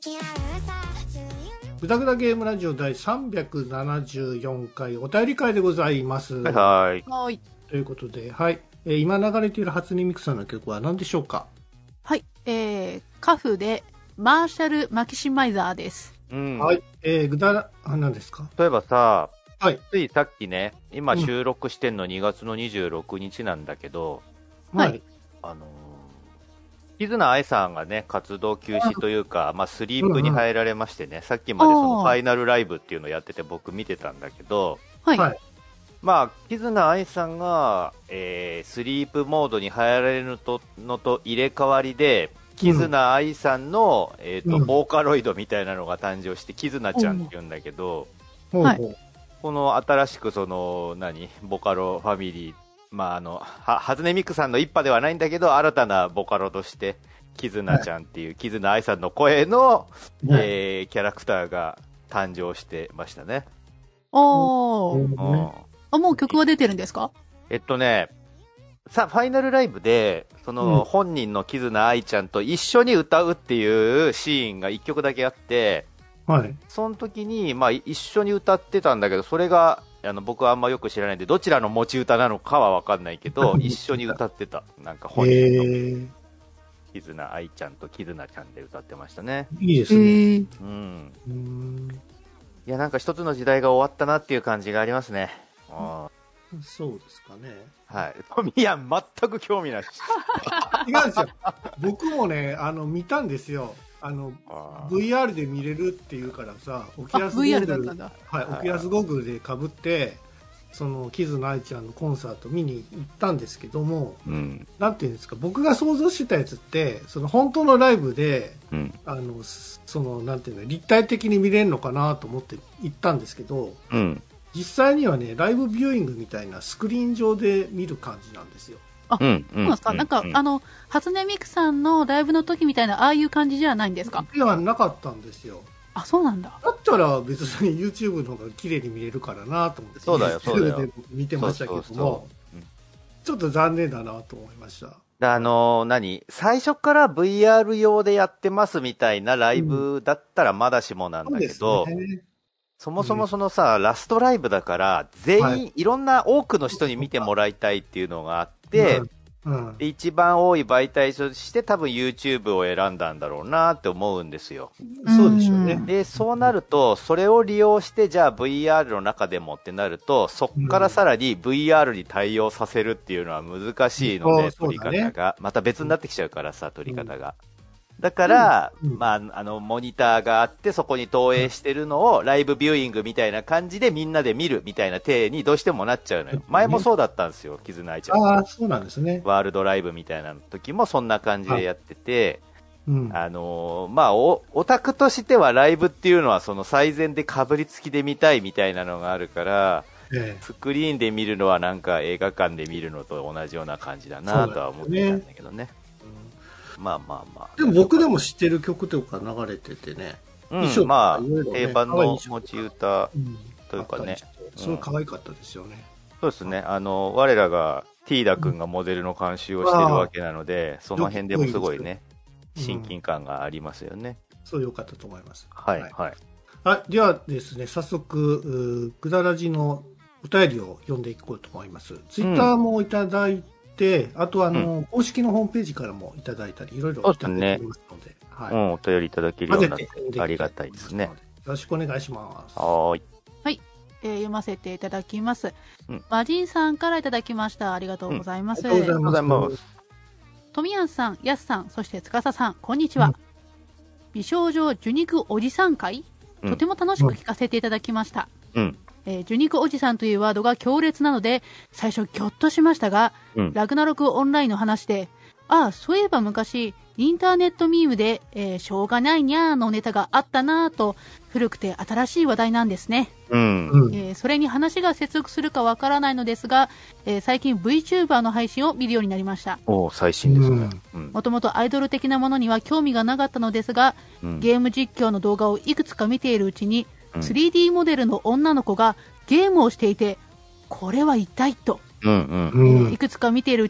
ぐだぐだゲームラジオ第374回お便り会でございます。 はいはい。 ということで、はい。今流れている初音ミクさんの曲は何でしょうか？ はい。カフでマーシャル・マキシマイザーです。 うん。 はい。何ですか？ 例えばさ、 はい。 ついさっきね、今収録してんの2月の26日なんだけど、 はい。 キズナアイさんがね、活動休止というか、スリープに入られましてね、さっきまでそのファイナルライブっていうのをやってて僕見てたんだけど、 はい。 キズナアイさんが、スリープモードに入られるのと入れ替わりで、キズナアイさんの、ボーカロイドみたいなのが誕生して、キズナちゃんって言うんだけど、 はい。 この新しくボカロファミリー、初音ミクさんの一派ではないんだけど、新たなボカロとして、キズナちゃんっていう、キズナアイさんの声の、キャラクターが誕生してましたね。 もう曲は出てるんですか？ ファイナルライブで、本人のキズナアイちゃんと一緒に歌うっていうシーンが一曲だけあって、 はい。 その時に、一緒に歌ってたんだけど、それが、僕はあんまよく知らないんで、どちらの持ち歌なのかはわかんないけど、一緒に歌ってた。なんか本人の、キズナアイちゃんとキズナちゃんで歌ってましたね。 いいですね。 うん。いや、なんか一つの時代が終わったなっていう感じがありますね。 そうですかね。 はい。トミヤン、全く興味ないし。 違うんですよ。僕もね、見たんですよ。VR で見れるっていうからさ、オキュラスゴーグル、はい、オキュラスゴーグルで被って、キズナアイちゃんのコンサート見に行ったんですけども、なんていうんですか、僕が想像してたやつって、本当のライブで、なんていうの、立体的に見れるのかなと思って行ったんですけど、実際にはね、ライブビューイングみたいなスクリーン上で見る感じなんですよ。 そうですか。なんか、初音ミクさんのライブの時みたいな、ああいう感じじゃないんですか？ ではなかったんですよ。 あ、そうなんだ。 だったら別に YouTube の方が綺麗に見れるからなと思って、 そうだよ、そうだよ。 見てましたけども、ちょっと残念だなと思いました。 最初から VR 用でやってますみたいなライブだったらまだしもなんだけど、そもそもラストライブだから、全員、いろんな多くの人に見てもらいたいっていうのがあって、で一番多い媒体として多分 YouTube を選んだんだろうなって思うんですよ。 そうでしょうね。 で、そうなると、それを利用して、じゃあ VR の中でもってなると、そっからさらに VR に対応させるっていうのは難しいので、取り方が。また別になってきちゃうからさ、取り方が。だから、モニターがあって、そこに投影してるのを、ライブビューイングみたいな感じでみんなで見るみたいな体にどうしてもなっちゃうのよ。前もそうだったんですよ、キズナアイちゃん。 ああ、そうなんですね。 ワールドライブみたいな時もそんな感じでやってて、オタクとしてはライブっていうのはその最前で被りつきで見たいみたいなのがあるから、スクリーンで見るのはなんか映画館で見るのと同じような感じだなとは思ってたんだけどね。 でも僕でも知ってる曲とか流れててね。 定番の持ち歌というかね。 すごい可愛かったですよね。 そうですね。我らがティーダ君がモデルの監修をしてるわけなので、その辺でもすごいね、親近感がありますよね。 そう良かったと思います。 はい。 ではですね、早速、ぐだらじのお便りを読んでいこうと思います。ツイッターもいただいて、あと公式のホームページからもいただいたり、いろいろいただいていますので、 お便りいただけるようになってありがたいですね。よろしくお願いします。 はい。読ませていただきます。マジンさんからいただきました。ありがとうございます。 ありがとうございます。 トミヤンさん、ヤスさん、そして司さん、こんにちは。美少女受肉おじさん会、とても楽しく聞かせていただきました。受肉おじさんというワードが強烈なので、最初ギョッとしましたが、ラグナロクオンラインの話で、そういえば昔、インターネットミームで、しょうがないにゃーのネタがあったなーと、古くて新しい話題なんですね。それに話が接続するかわからないのですが、最近 VTuber の配信を見るようになりました。 最新ですね。 もともとアイドル的なものには興味がなかったのですが、ゲーム実況の動画をいくつか見ているうちに、3D モデルの女の子がゲームをしていて、これは一体と、いくつか見ているうちに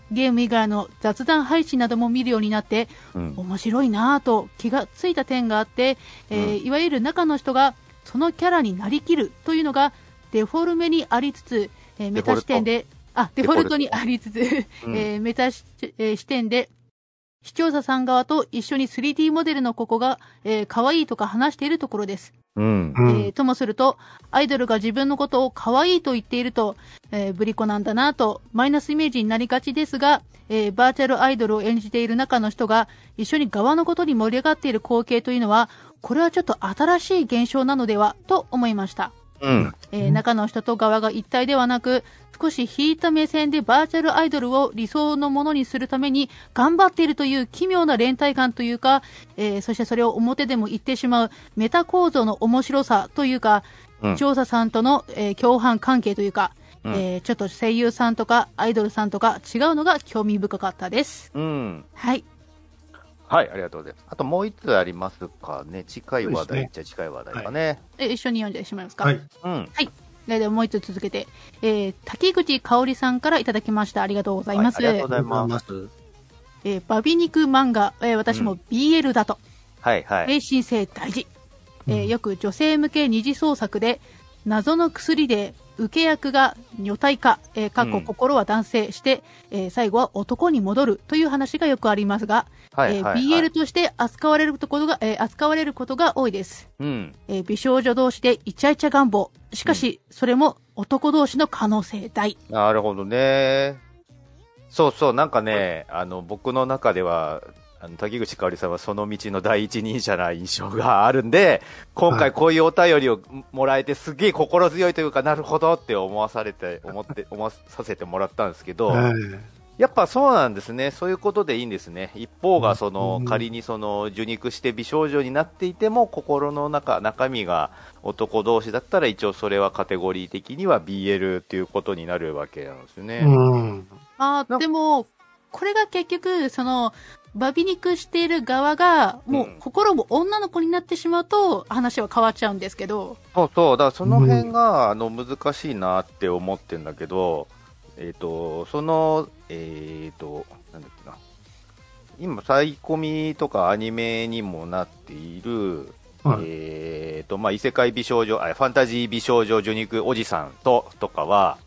ゲーム以外の雑談配信なども見るようになって、面白いなぁと気がついた点があって、いわゆる中の人がそのキャラになりきるというのがデフォルメにありつつ、メタ視点で、デフォルトにありつつ、メタ視点で、視聴者さん側と一緒に 3D モデルのここが、可愛いとか話しているところです。ともすると、アイドルが自分のことを可愛いと言っていると、ぶりこなんだなと、マイナスイメージになりがちですが、バーチャルアイドルを演じている中の人が、一緒に側のことに盛り上がっている光景というのは、これはちょっと新しい現象なのでは、と思いました。中の人と側が一体ではなく、少し引いた目線でバーチャルアイドルを理想のものにするために頑張っているという奇妙な連帯感というか、そしてそれを表でも言ってしまうメタ構造の面白さというか、調査さんとの、共犯関係というか、ちょっと声優さんとかアイドルさんとか違うのが興味深かったです。はい。 はい、ありがとうございます。あともう一つありますかね。近い話題っちゃ近い話題かね。 一緒に読んでしまいますか。 はい。 はい。ではもう一つ続けて、滝口香織さんからいただきました。ありがとうございます。 ありがとうございます。 バビ肉漫画、私も BL だと。 はいはい。 精神性大事。よく女性向け二次創作で、謎の薬で受け役が女体化、心は男性して、最後は男に戻るという話がよくありますが、BL として扱われることが多いです。美少女同士でイチャイチャ願望。しかし、それも男同士の可能性大。 なるほどね。そうそう、なんかね、僕の中では、滝口香織さんはその道の第一人者な印象があるんで、今回こういうお便りをもらえてすげえ心強いというか、なるほどって思わさせてもらったんですけど、やっぱそうなんですね。そういうことでいいんですね。一方が仮に受肉して美少女になっていても、心の中身が男同士だったら一応それはカテゴリー的には BL っていうことになるわけなんですよね。 でも、これが結局、バビ肉している側が、もう心も女の子になってしまうと、話は変わっちゃうんですけど。 そうそう、だからその辺が、難しいなって思ってんだけど、なんだっけな。今、サイコミとかアニメにもなっている、異世界美少女、ファンタジー美少女受肉おじさんとかは、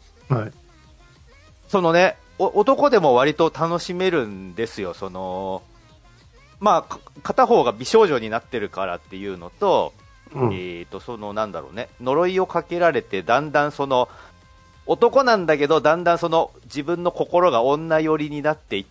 男でも割と楽しめるんですよ。片方が美少女になってるからっていうのと、なんだろうね、呪いをかけられて、だんだん男なんだけど、だんだん自分の心が女寄りになっていって、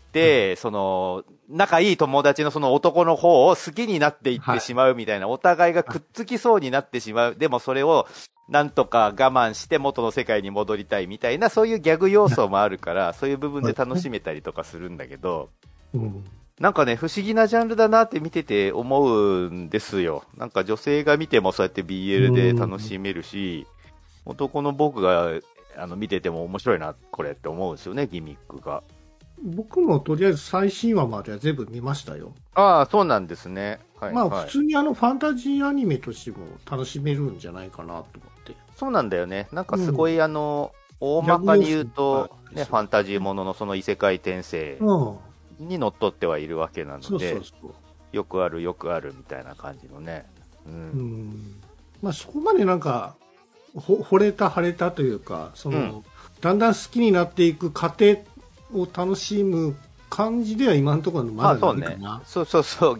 仲いい友達の男の方を好きになっていってしまうみたいな、お互いがくっつきそうになってしまう。でもそれを、なんとか我慢して元の世界に戻りたいみたいな、そういうギャグ要素もあるから、そういう部分で楽しめたりとかするんだけど、なんかね、不思議なジャンルだなって見てて思うんですよ。なんか女性が見てもそうやって BL で楽しめるし、男の僕が見てても面白いな、これって思うんですよね、ギミックが。 僕もとりあえず最新話までは全部見ましたよ。 ああ、そうなんですね。 普通にファンタジーアニメとしても楽しめるんじゃないかなと思って。 そうなんだよね。なんかすごい大まかに言うと、ね、ファンタジーもののその異世界転生にのっとってはいるわけなので、よくあるみたいな感じのね。 そこまでなんか、惚れた腫れたというか、だんだん好きになっていく過程を楽しむ感じでは今のところまだないかな。 そう、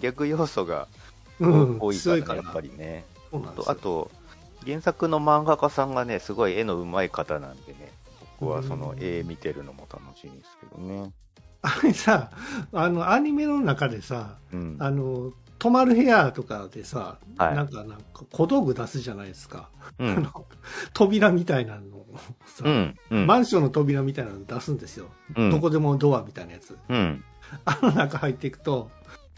逆要素が多いからね、やっぱりね。あと、原作の漫画家さんがね、すごい絵の上手い方なんでね、僕は絵見てるのも楽しいんですけどね。 あれさ、アニメの中でさ、泊まる部屋とかでさ、なんか小道具出すじゃないですか。扉みたいなのをさ、マンションの扉みたいなの出すんですよ。どこでもドアみたいなやつ。中入っていくと、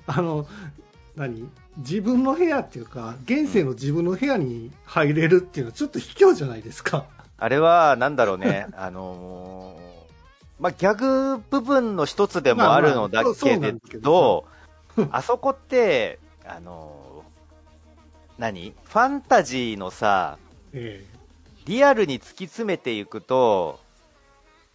自分の部屋っていうか、現世の自分の部屋に入れるっていうのはちょっと卑怯じゃないですか。 あれは、なんだろうね、ギャグ部分の一つでもあるのだけれど、あそこって、ファンタジーのさ、リアルに突き詰めていくと、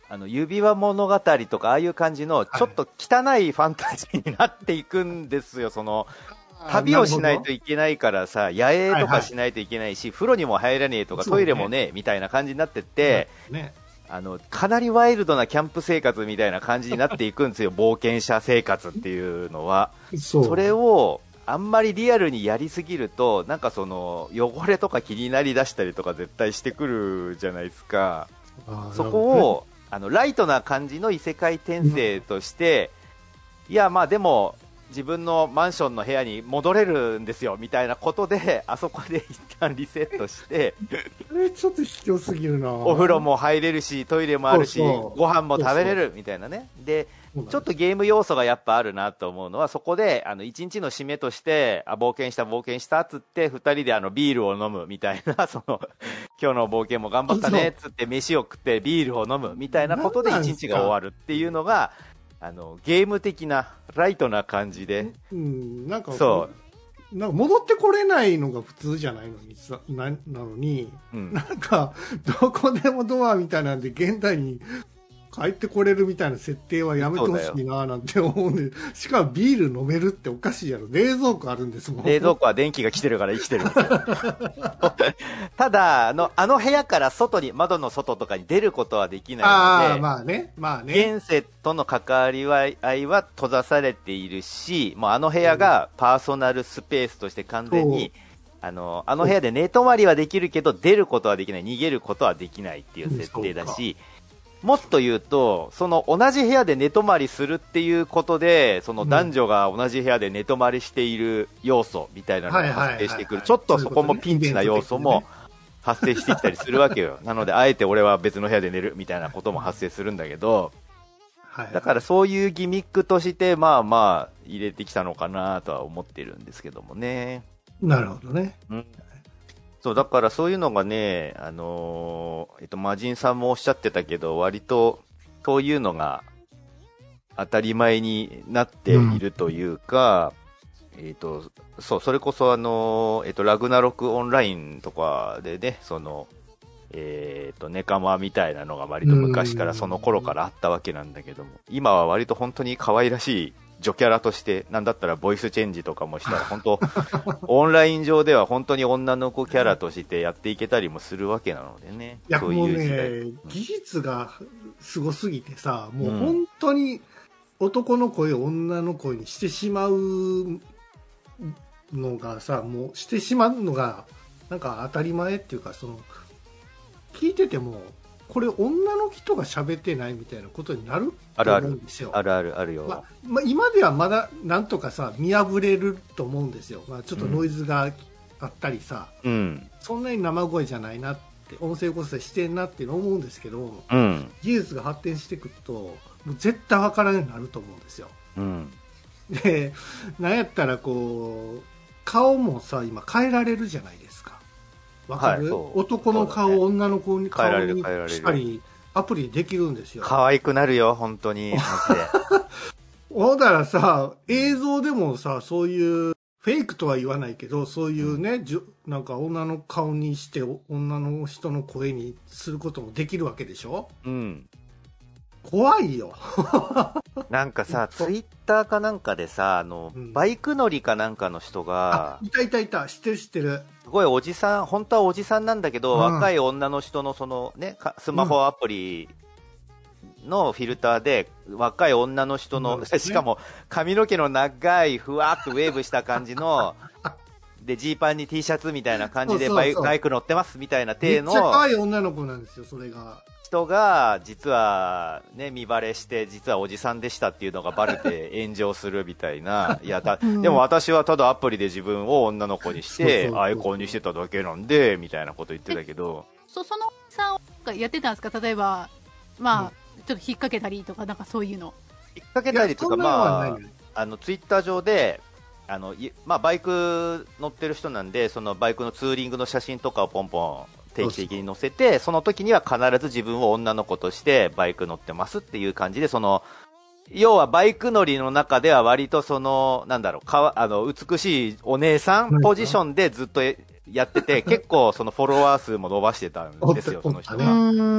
指輪物語とかああいう感じのちょっと汚いファンタジーになっていくんですよ。旅をしないといけないからさ、野営とかしないといけないし、風呂にも入らねえとか、トイレもね、みたいな感じになってって、かなりワイルドなキャンプ生活みたいな感じになっていくんですよ。冒険者生活っていうのは。それを、あんまりリアルにやりすぎると、なんか汚れとか気になりだしたりとか絶対してくるじゃないですか。そこを、ライトな感じの異世界転生として、いや、まあでも、自分のマンションの部屋に戻れるんですよ、みたいなことで、あそこで一旦リセットして、 ちょっと卑怯すぎるな。 お風呂も入れるし、トイレもあるし、ご飯も食べれる、みたいなね。で、ちょっとゲーム要素がやっぱあるなと思うのは、そこで、一日の締めとして、冒険したっつって、二人でビールを飲むみたいな、今日の冒険も頑張ったねっつって飯を食ってビールを飲むみたいなことで一日が終わるっていうのが、ゲーム的なライトな感じで、 なんか戻ってこれないのが普通じゃないのになのに、なんかどこでもドアみたいなんで現代に帰ってこれるみたいな設定はやめてほしいななんて思うんで、しかもビール飲めるっておかしいやろ。冷蔵庫あるんですもん。 冷蔵庫は電気が来てるから生きてるんですよ。ただ、部屋から窓の外とかに出ることはできないので、 まあね。 現世との関わり合いは閉ざされているし、もう部屋がパーソナルスペースとして完全に、部屋で寝泊まりはできるけど、出ることはできない、逃げることはできないっていう設定だし、もっと言うと、同じ部屋で寝泊まりするっていうことで、男女が同じ部屋で寝泊まりしている要素みたいなのが発生してくる。ちょっとそこもピンチな要素も発生してきたりするわけよ。なので、あえて俺は別の部屋で寝るみたいなことも発生するんだけど、だからそういうギミックとして、まあまあ入れてきたのかなとは思ってるんですけどもね。 なるほどね。 そう、だからそういうのがね、魔人さんもおっしゃってたけど、割と、そういうのが当たり前になっているというか、そう、それこそラグナロクオンラインとかでね、ネカマみたいなのが割と昔からその頃からあったわけなんだけども、今は割と本当に可愛らしい女キャラとして、なんだったらボイスチェンジとかもしたら、本当オンライン上では本当に女の子キャラとしてやっていけたりもするわけなのでね。 いや、もうね、技術がすごすぎてさ、もう本当に男の声を女の声にしてしまうのがさ、もうしてしまうのがなんか当たり前っていうか、聞いててもこれ女の人が喋ってないみたいなことになると思うんですよ。 あるよ。 今ではまだなんとかさ見破れると思うんですよ。ちょっとノイズがあったりさ、そんなに生声じゃないなって音声合成してんなって思うんですけど、技術が発展していくともう絶対分からなくなると思うんですよ。で、なんやったら顔もさ今変えられるじゃないですか。わかる？男の顔を女の子に顔にしたりアプリできるんですよ。 可愛くなるよ本当に。 だからさ、映像でもさ、そういうフェイクとは言わないけど、そういうね、なんか女の顔にして女の人の声にすることもできるわけでしょ。怖いよ。 なんかさ、ツイッターかなんかでさ、バイク乗りかなんかの人が、 いた、知ってる。 すごいおじさん、本当はおじさんなんだけど、若い女の人のスマホアプリのフィルターで、若い女の人の、しかも髪の毛の長い、ふわっとウェーブした感じの、で、ジーパンに T シャツみたいな感じでバイク乗ってますみたいな体の。 めっちゃ可愛い女の子なんですよ、それが。 人が実はね見バレして実はおじさんでしたっていうのがバレて炎上するみたいな。いやでも私はただアプリで自分を女の子にしてアイコンにしてただけなんでみたいなこと言ってたけど、 そのおじさんがやってたんですか？例えばまあ、ちょっと引っ掛けたりとかなんかそういうの引っ掛けたりとか、まあツイッター上でバイク乗ってる人なんで、そのバイクのツーリングの写真とかをポンポン定期的に載せて、その時には必ず自分を女の子としてバイク乗ってますっていう感じで、要はバイク乗りの中では割となんだろう、美しいお姉さんポジションでずっとやってて、結構そのフォロワー数も伸ばしてたんですよ、その人が。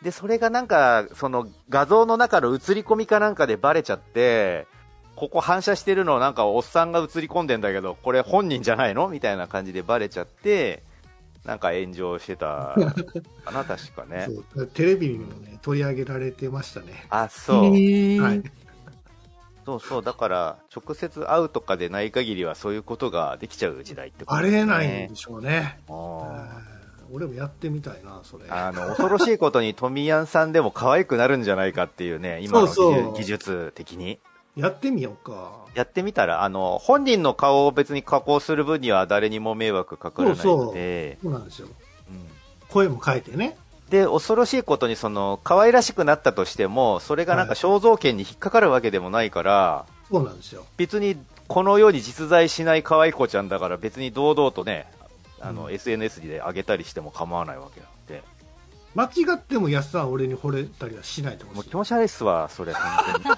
で、それがなんか、その画像の中の映り込みかなんかでバレちゃって、ここ反射してるのなんかおっさんが映り込んでんだけど、これ本人じゃないのみたいな感じでバレちゃって、なんか炎上してたかな、確かね。 そう、テレビにもね、取り上げられてましたね。 あ、そう。 はい。 そうそう、だから、直接会うとかでない限りはそういうことができちゃう時代ってことあですね。 れないんでしょうね。俺もやってみたいな、それ。 恐ろしいことにトミヤンさんでも可愛くなるんじゃないかっていうね、今の技術的に。 やってみようか。 やってみたら、本人の顔を別に加工する分には誰にも迷惑かからないので。 そうなんですよ。うん、声も変えてね。 で、恐ろしいことに、可愛らしくなったとしても、それがなんか肖像権に引っかかるわけでもないから、 そうなんですよ。 別に、この世に実在しない可愛い子ちゃんだから、別に堂々とね、SNS で上げたりしても構わないわけなんで。 間違っても安さん俺に惚れたりはしないと思う。 もう気持ち悪いっすわ、それ、本当に。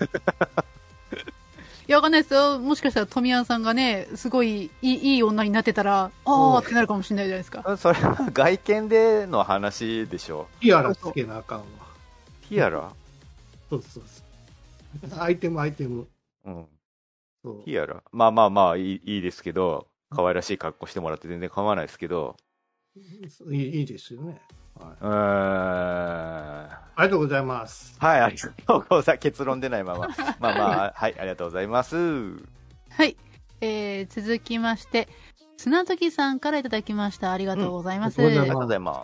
いや、わかんないですよ。もしかしたら富山さんがね、すごいいい女になってたら、あーってなるかもしれないじゃないですか。 それは外見での話でしょ。 ティアラつけなあかんわ。 ティアラ？ そうそうそう。アイテム。 うん。ティアラ？まあ、いいですけど、可愛らしい格好してもらって全然構わないですけど。 いいですよね。 はい、ありがとうございます。 はい、ありがとうございます。結論出ないまま。まあ、はい、ありがとうございます。 はい。続きまして、砂時さんからいただきました。ありがとうございます。 ありがとうございます。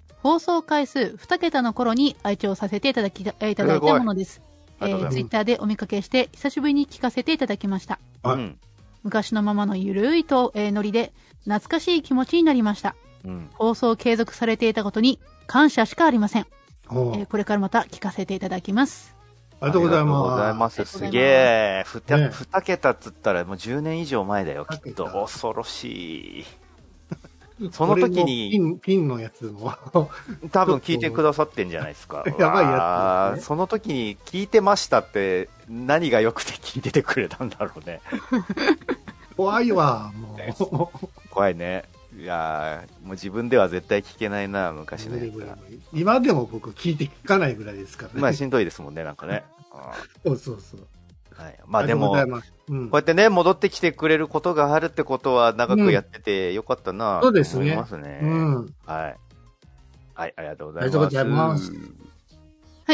放送回数2桁の頃に愛聴させていただいたものです。ツイッターでお見かけして、久しぶりに聞かせていただきました。昔のままのゆるいと、ノリで、懐かしい気持ちになりました。放送を継続されていたことに感謝しかありません。これからまた聞かせていただきます。 ありがとうございます。 すげえ。2桁っつったらもう10年以上前だよ、きっと。恐ろしい。その時に。 ピンのやつも。 多分聞いてくださってんじゃないですか。 やばいやつ、ね。 その時に聞いてましたって何が良くて聞いててくれたんだろうね。 怖いわ、もう。 怖いね。いやもう自分では絶対聞けないな、昔のやつが。 今でも僕聞いて聞かないぐらいですからね。 まあしんどいですもんね、なんかね。 そう。 はい、まあでも、こうやってね、戻ってきてくれることがあるってことは長くやっててよかったなと思いますね。はい。はい、ありがとうございます。 ありがとうございます。 はい、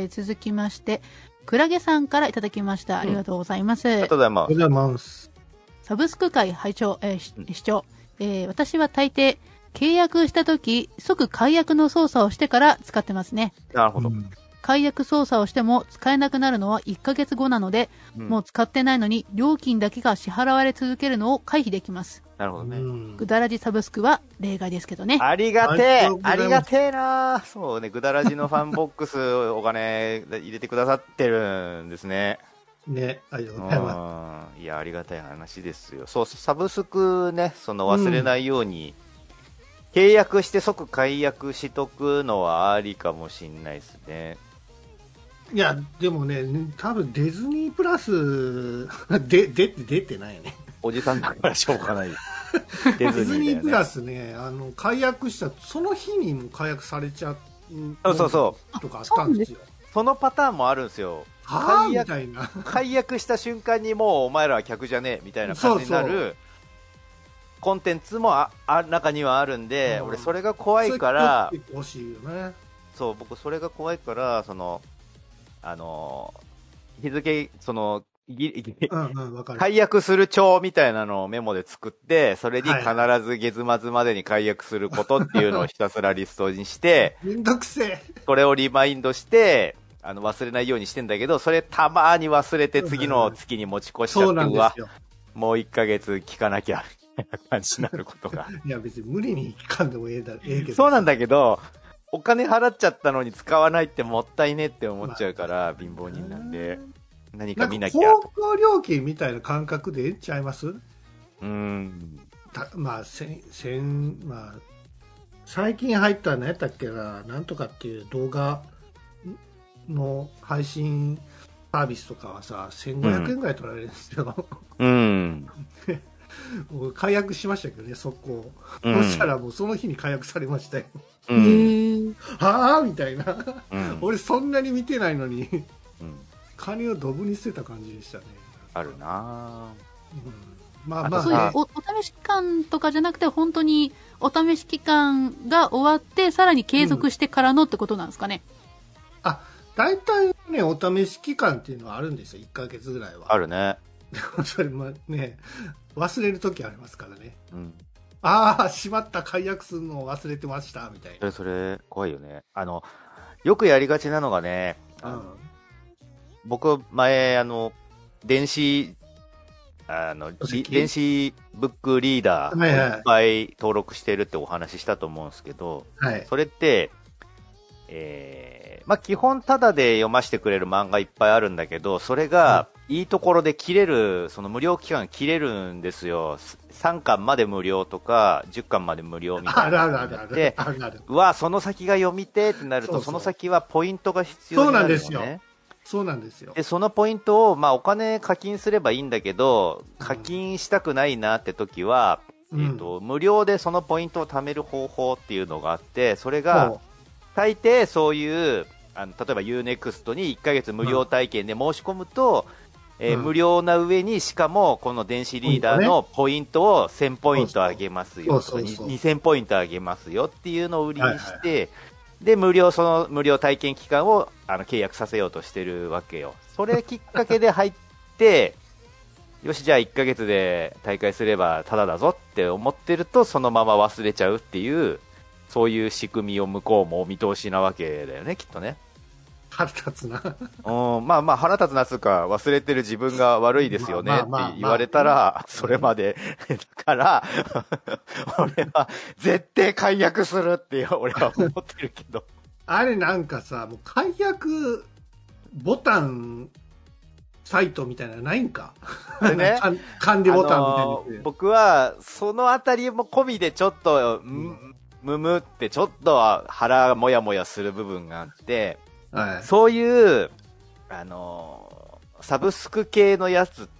続きまして、クラゲさんからいただきました。ありがとうございます。 ありがとうございます。 ありがとうございます。 サブスク会視聴、私は大抵、契約したとき、即解約の操作をしてから使ってますね。 なるほど。 解約操作をしても使えなくなるのは1ヶ月後なので、もう使ってないのに料金だけが支払われ続けるのを回避できます。 なるほどね。 ぐだらじサブスクは例外ですけどね。 ありがてえありがてえなそうね、ぐだらじのファンボックスお金入れてくださってるんですね。 ね、ありがとうございます。いや、ありがたい話ですよ。そう、サブスクね、忘れないように、契約して即解約しとくのはありかもしんないですね。 いや、でもね、多分ディズニープラス出てないよね。 おじさんだからしょうがない。 ディズニープラスね、解約した、その日にも解約されちゃう。 そうとかあったんですよ。 そのパターンもあるんですよ。解約した瞬間にもうお前らは客じゃねえみたいな感じになるコンテンツも中にはあるんで、俺それが怖いから、そう、僕それが怖いから、日付、解約する帳みたいなのをメモで作って、それに必ず月末までに解約することっていうのをひたすらリストにして、 めんどくせえ。 これをリマインドして、忘れないようにしてんだけど、それたまーに忘れて次の月に持ち越しちゃって、もう1ヶ月聞かなきゃ、みたいな感じになることが。 いや別に無理に聞かんでもええけど。 そうなんだけど、お金払っちゃったのに使わないってもったいねって思っちゃうから、貧乏人なんで。何か見なきゃ。 公共料金みたいな感覚でええんちゃいます？まあ、最近入った何やったっけな、なんとかっていう動画の配信サービスとかはさ、1500円ぐらい取られるんですよ。 もう解約しましたけどね、速攻。そしたらもうその日に解約されましたよ。はぁみたいな。俺そんなに見てないのに、金をドブに捨てた感じでしたね。 あるなまあまあ、そういうお試し期間とかじゃなくて、本当にお試し期間が終わって、さらに継続してからのってことなんですかね。 大体ね、お試し期間っていうのはあるんですよ、1ヶ月ぐらいは。 あるね。 でもそれもね、忘れるときありますからね。ああ、しまった、解約するのを忘れてました、みたいな。 それ、怖いよね。よくやりがちなのがね、僕、前、電子ブックリーダーをいっぱい登録してるってお話ししたと思うんですけど、それって、まあ、基本タダで読ませてくれる漫画いっぱいあるんだけど、それがいいところで切れる、その無料期間切れるんですよ。3巻まで無料とか、10巻まで無料みたいな。で、うわ、その先が読みてってなると、その先はポイントが必要になるよね。 そうなんですよ。 で、そのポイントを、まあ、お金課金すればいいんだけど、課金したくないなって時は、無料でそのポイントを貯める方法っていうのがあって、それが、大抵そういう、例えば Unext に1ヶ月無料体験で申し込むと、無料な上にしかもこの電子リーダーのポイントを1000ポイントあげますよとか2000ポイントあげますよっていうのを売りにして、でその無料体験期間を契約させようとしてるわけよ。それきっかけで入ってよしじゃあ1ヶ月で大会すればタダだぞって思ってるとそのまま忘れちゃうっていうそういう仕組みを向こうもお見通しなわけだよね、きっとね。 腹立つな。 まあまあ腹立つなつうか忘れてる自分が悪いですよねって言われたらそれまでだから俺は絶対解約するって俺は思ってるけどあれなんかさ、もう解約ボタンサイトみたいなのないんかね管理ボタンみたいな。 僕はそのあたりも込みでちょっとむむってちょっと腹もやもやする部分があってそういう、サブスク系のやつって、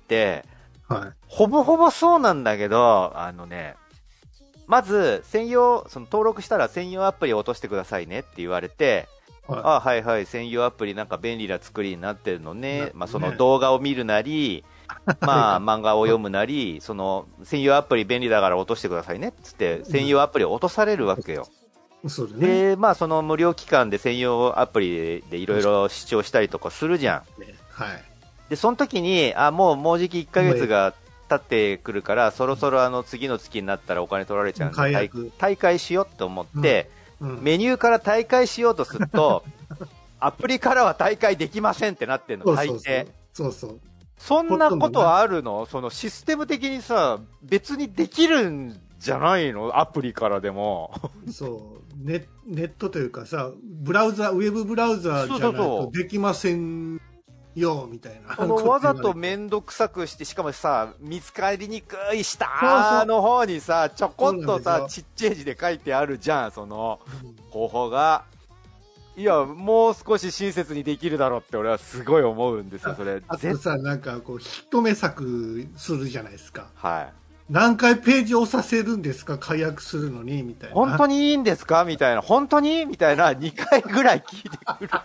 ほぼほぼそうなんだけど、まず、登録したら専用アプリを落としてくださいねって言われて、はいはい、専用アプリなんか便利な作りになってるのね。まあ、その動画を見るなり、まあ、漫画を読むなり、その、専用アプリ便利だから落としてくださいねっつって、専用アプリを落とされるわけよ。 そうだね。 で、まあ、その無料期間で専用アプリでいろいろ視聴したりとかするじゃん。で、その時に、もうじき1ヶ月が経ってくるから、そろそろ次の月になったらお金取られちゃうんで、大会しようと思って、メニューから大会しようとすると、アプリからは大会できませんってなってんの、大抵。そんなことあるの？そのシステム的にさ、別にできるんじゃないの？アプリからでも。 そう。ネットというかさ、ウェブブラウザーじゃないとできませんよ、みたいな。 わざとめんどくさくして、しかもさ、見つかりにくい下の方にさ、ちょこっとさ、ちっちゃい字で書いてあるじゃん、その、方法が。いや、もう少し親切にできるだろうって俺はすごい思うんですよ、それ。 あとさ、なんかこう、一目作するじゃないですか。 はい。 何回ページ押させるんですか解約するのにみたいな。 本当にいいんですかみたいな。本当にみたいな2回ぐらい聞いてくる。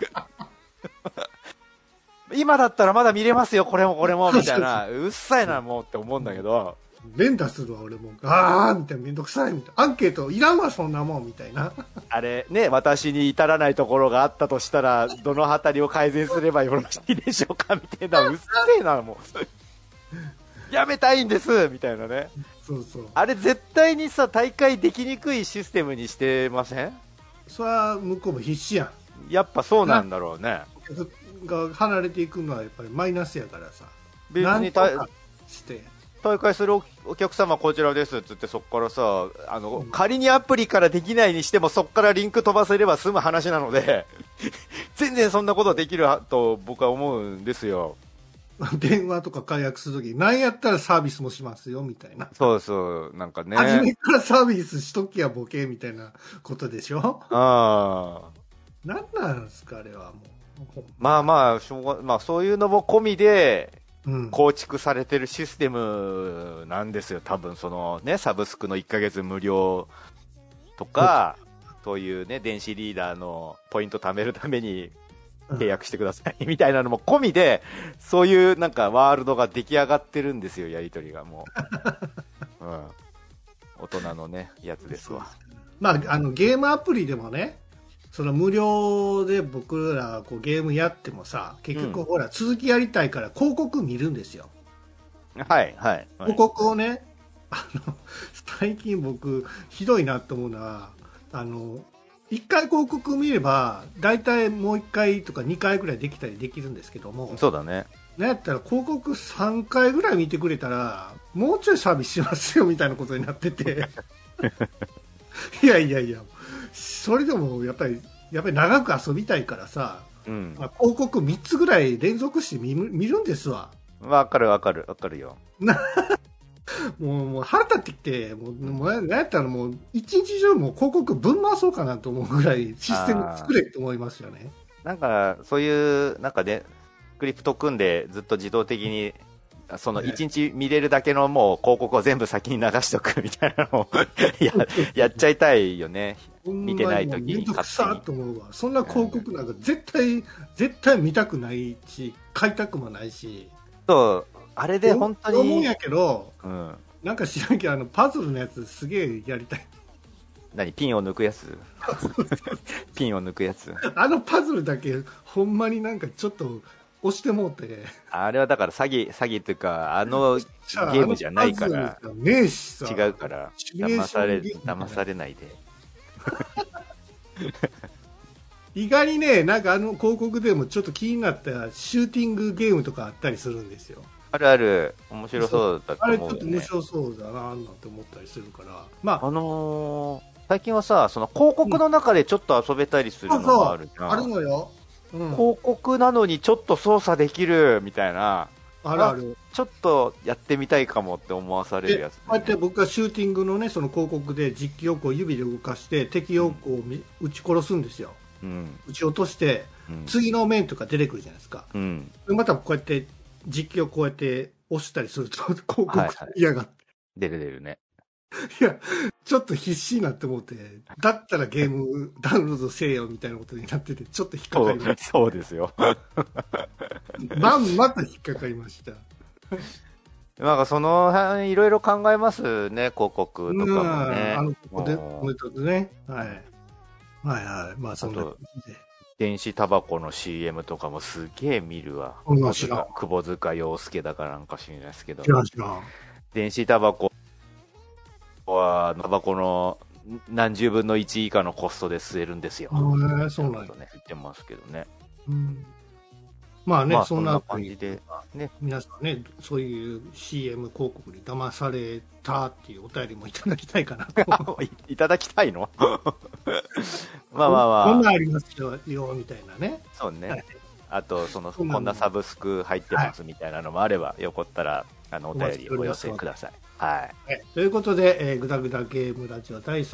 今だったらまだ見れますよ、これも、みたいな。うっさいな、もうって思うんだけど。 連打するわ、俺も。みたいな、めんどくさい、みたいな。アンケートいらんわ、そんなもん、みたいな。 あれ、ね、私に至らないところがあったとしたら、どのあたりを改善すればよろしいでしょうかみたいな。うっせえな、もう。やめたいんですみたいなね。 そうそう。 あれ絶対にさ、大会できにくいシステムにしてません？ それは向こうも必死やん。やっぱそうなんだろうね。 が離れていくのはやっぱりマイナスやからさ。 別に大会するお客様こちらですっつってそこからさ、仮にアプリからできないにしてもそこからリンク飛ばせれば済む話なので、全然そんなことできると僕は思うんですよ。 電話とか解約するとき、なんやったらサービスもしますよ、みたいな。 そうそう、なんかね。 初めからサービスしときやボケ、みたいなことでしょ？なんなんですか、あれはもう。 まあ、そういうのも込みで、 構築されてるシステムなんですよ。多分そのね、サブスクの1ヶ月無料とか、そういうね、電子リーダーのポイント貯めるために契約してくださいみたいなのも込みで、そういうなんかワールドが出来上がってるんですよ、やりとりがもう。大人のね、やつですわ。 まあ、ゲームアプリでもね、その無料で僕らこうゲームやってもさ、結局ほら、続きやりたいから広告見るんですよ。 はい、はい。 広告をね、最近僕、ひどいなと思うのは、1回広告見れば、大体もう1回とか2回ぐらいできたりできるんですけども、 そうだね。 なんやったら広告3回ぐらい見てくれたら、もうちょいサービスしますよみたいなことになってて、いやいやいや、それでもやっぱり長く遊びたいからさ、広告3つぐらい連続して見るんですわ。 わかるよ。 もう腹立ってきて、もうなんやったらもう一日中もう広告ぶん回そうかなと思うぐらいシステム作れって思いますよね。 なんかそういうなんかね、スクリプト組んでずっと自動的にその一日見れるだけのもう広告を全部先に流しとくみたいなのをやっちゃいたいよね。見てない時に勝手に。と思うわ。そんな広告なんか絶対見たくないし、買いたくもないし。 そう、あれで本当に。 思うんやけど、なんか知らんけど、パズルのやつすげえやりたい。 何、ピンを抜くやつピンを抜くやつ。 パズルだけ、ほんまになんかちょっと押してもうて。 あれはだから詐欺っていうか、ゲームじゃないから。 ねえしさ。 違うから、騙されないで。 意外にね、なんか広告でもちょっと気になったシューティングゲームとかあったりするんですよ。 あるある、面白そうだと思うよね。 あれちょっと面白そうだななんて思ったりするから。まあ、最近はさ、その広告の中でちょっと遊べたりするのがあるじゃん。 あるのよ。 広告なのにちょっと操作できるみたいな。 あるある。 ちょっとやってみたいかもって思わされるやつ、ね。 こうやって僕がシューティングのね、その広告で実機をこう指で動かして敵をこう撃ち殺すんですよ。撃ち落として、次の面とか出てくるじゃないですか。またこうやって実機をこうやって押したりすると広告嫌がって。 出るね。 いや、ちょっと必死になって思って、だったらゲームダウンロードせえよみたいなことになってて、ちょっと引っかかりました。 そうですよ。 まんまと引っかかりました。 なんかその辺いろいろ考えますね、広告とかもね。 ここでね。はい。はいはい。まあそんな感じで。 電子タバコの CM とかもすげえ見るわ。窪塚洋介だからなんか知らないですけど。電子タバコはタバコの何十分の1以下のコストで吸えるんですよ。 そうなんや。 言ってますけどね。 まあね、そんな感じで、ね、 皆さんね、そういう CM 広告に騙されたっていうお便りもいただきたいかなと。 いただきたいのまあ。 こんなんありますよ、みたいなね。 そうね。あと、こんなサブスク入ってますみたいなのもあれば、よかったら、お便りお寄せください。はい。 ということで、ぐだぐだゲームラジオ第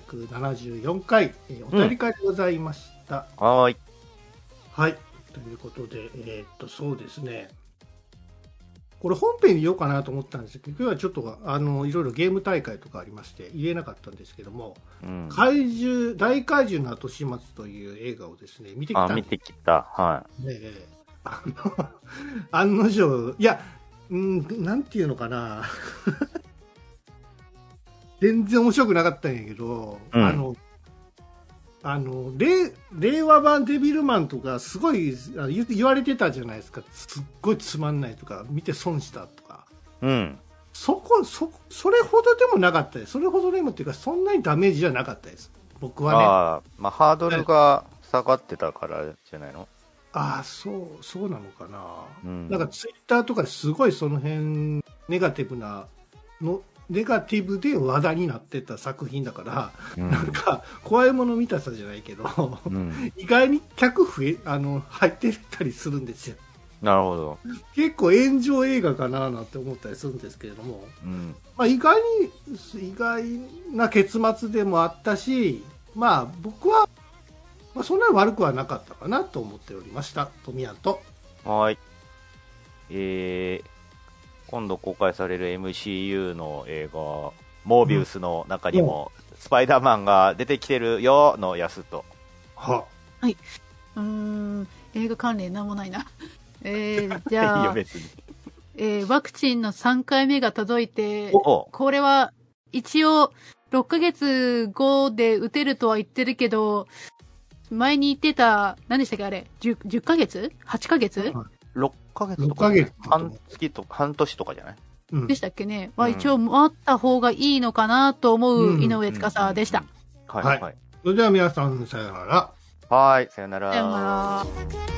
374回、お便り会でございました。 はい。 はい。ということで、そうですね。これ本編に言おうかなと思ったんですけど、今日はちょっといろいろゲーム大会とかありまして言えなかったんですけども、大怪獣の後始末という映画をですね、見てきたんです。 見てきた。はい。 案の定、いや、なんていうのかな。全然面白くなかったんやけど、令和版デビルマンとかすごい言われてたじゃないですか。すっごいつまんないとか、見て損したとか。それほどでもなかったです。それほどでもっていうか、そんなにダメージじゃなかったです。僕はね。 まあ、ハードルが下がってたからじゃないの？ そうなのかな。なんかツイッターとかですごいその辺ネガティブで話題になってた作品だから、なんか怖いもの見たさじゃないけど、意外に入ってたりするんですよ。 なるほど。 結構炎上映画かななんて思ったりするんですけれども、まあ、意外な結末でもあったし、まあ僕は、そんなに悪くはなかったかなと思っておりました。富谷と。 はい。 今度公開される MCU の映画、モービウスの中にも、スパイダーマンが出てきてるよのやすと。 は。 はい。映画関連なんもないな。じゃあ、いいよ別に。ワクチンの3回目が届いて、これは一応6ヶ月後で打てるとは言ってるけど、前に言ってた、何でしたっけあれ、10ヶ月 ?8 ヶ月、 6ヶ月とか、ね、半年とかじゃない、 でしたっけね。まあ一応待った方がいいのかなと思う井上司でした。 はい。それでは皆さん、さよなら。 はい、さよなら。 さよなら。